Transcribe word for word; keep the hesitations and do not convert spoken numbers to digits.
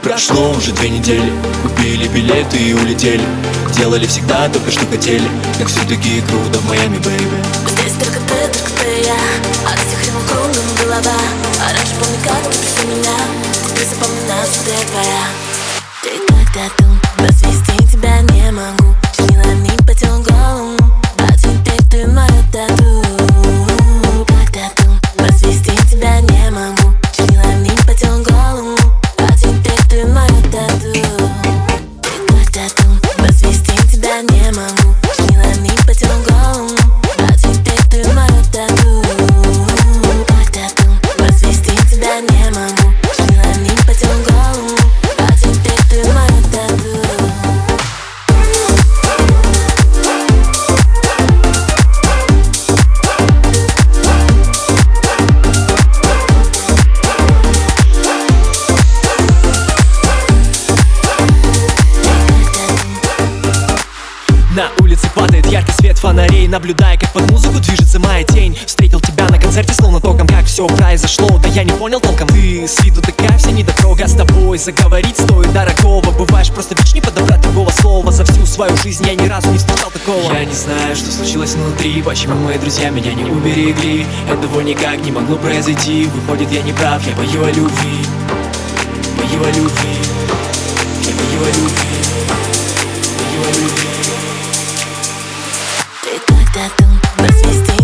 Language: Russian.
Прошло уже две недели, купили билеты и улетели. Делали всегда только что хотели, так все-таки круто в Майами, бэйби. Здесь только ты, только ты и я. От этих ритмов кругом голова. А раньше помню, как ты все меня. Теперь запоминаю, что ты твоя. Ты как тату, развести тебя не могу. Чернилами по телу голому, а теперь ты моё тату. Как тату, развести тебя не могу. Чернилами по телу голому, а теперь ты моё тату. Ты как тату, развести тебя не могу. Чернилами по телу голому, а теперь ты моё тату. Как тату, развести тебя не могу. Чернилами по телу голому, а теперь ты моё тату. На улице падает яркий свет фонарей, наблюдая, как под музыку движется моя тень. Встретил тебя на концерте словно током, как все произошло, да я не понял толком. Ты с виду такая вся недотрога, с тобой заговорить стоит дорогого. Бываешь просто бич, не подобрать другого слова. За всю свою жизнь я ни разу не встречал такого. Я не знаю, что случилось внутри, почему мои друзья меня не уберегли. Этого никак не могло произойти, выходит я не прав. Я пою о любви, пою о любви, я пою о любви, пою о любви. Ты как тату, развести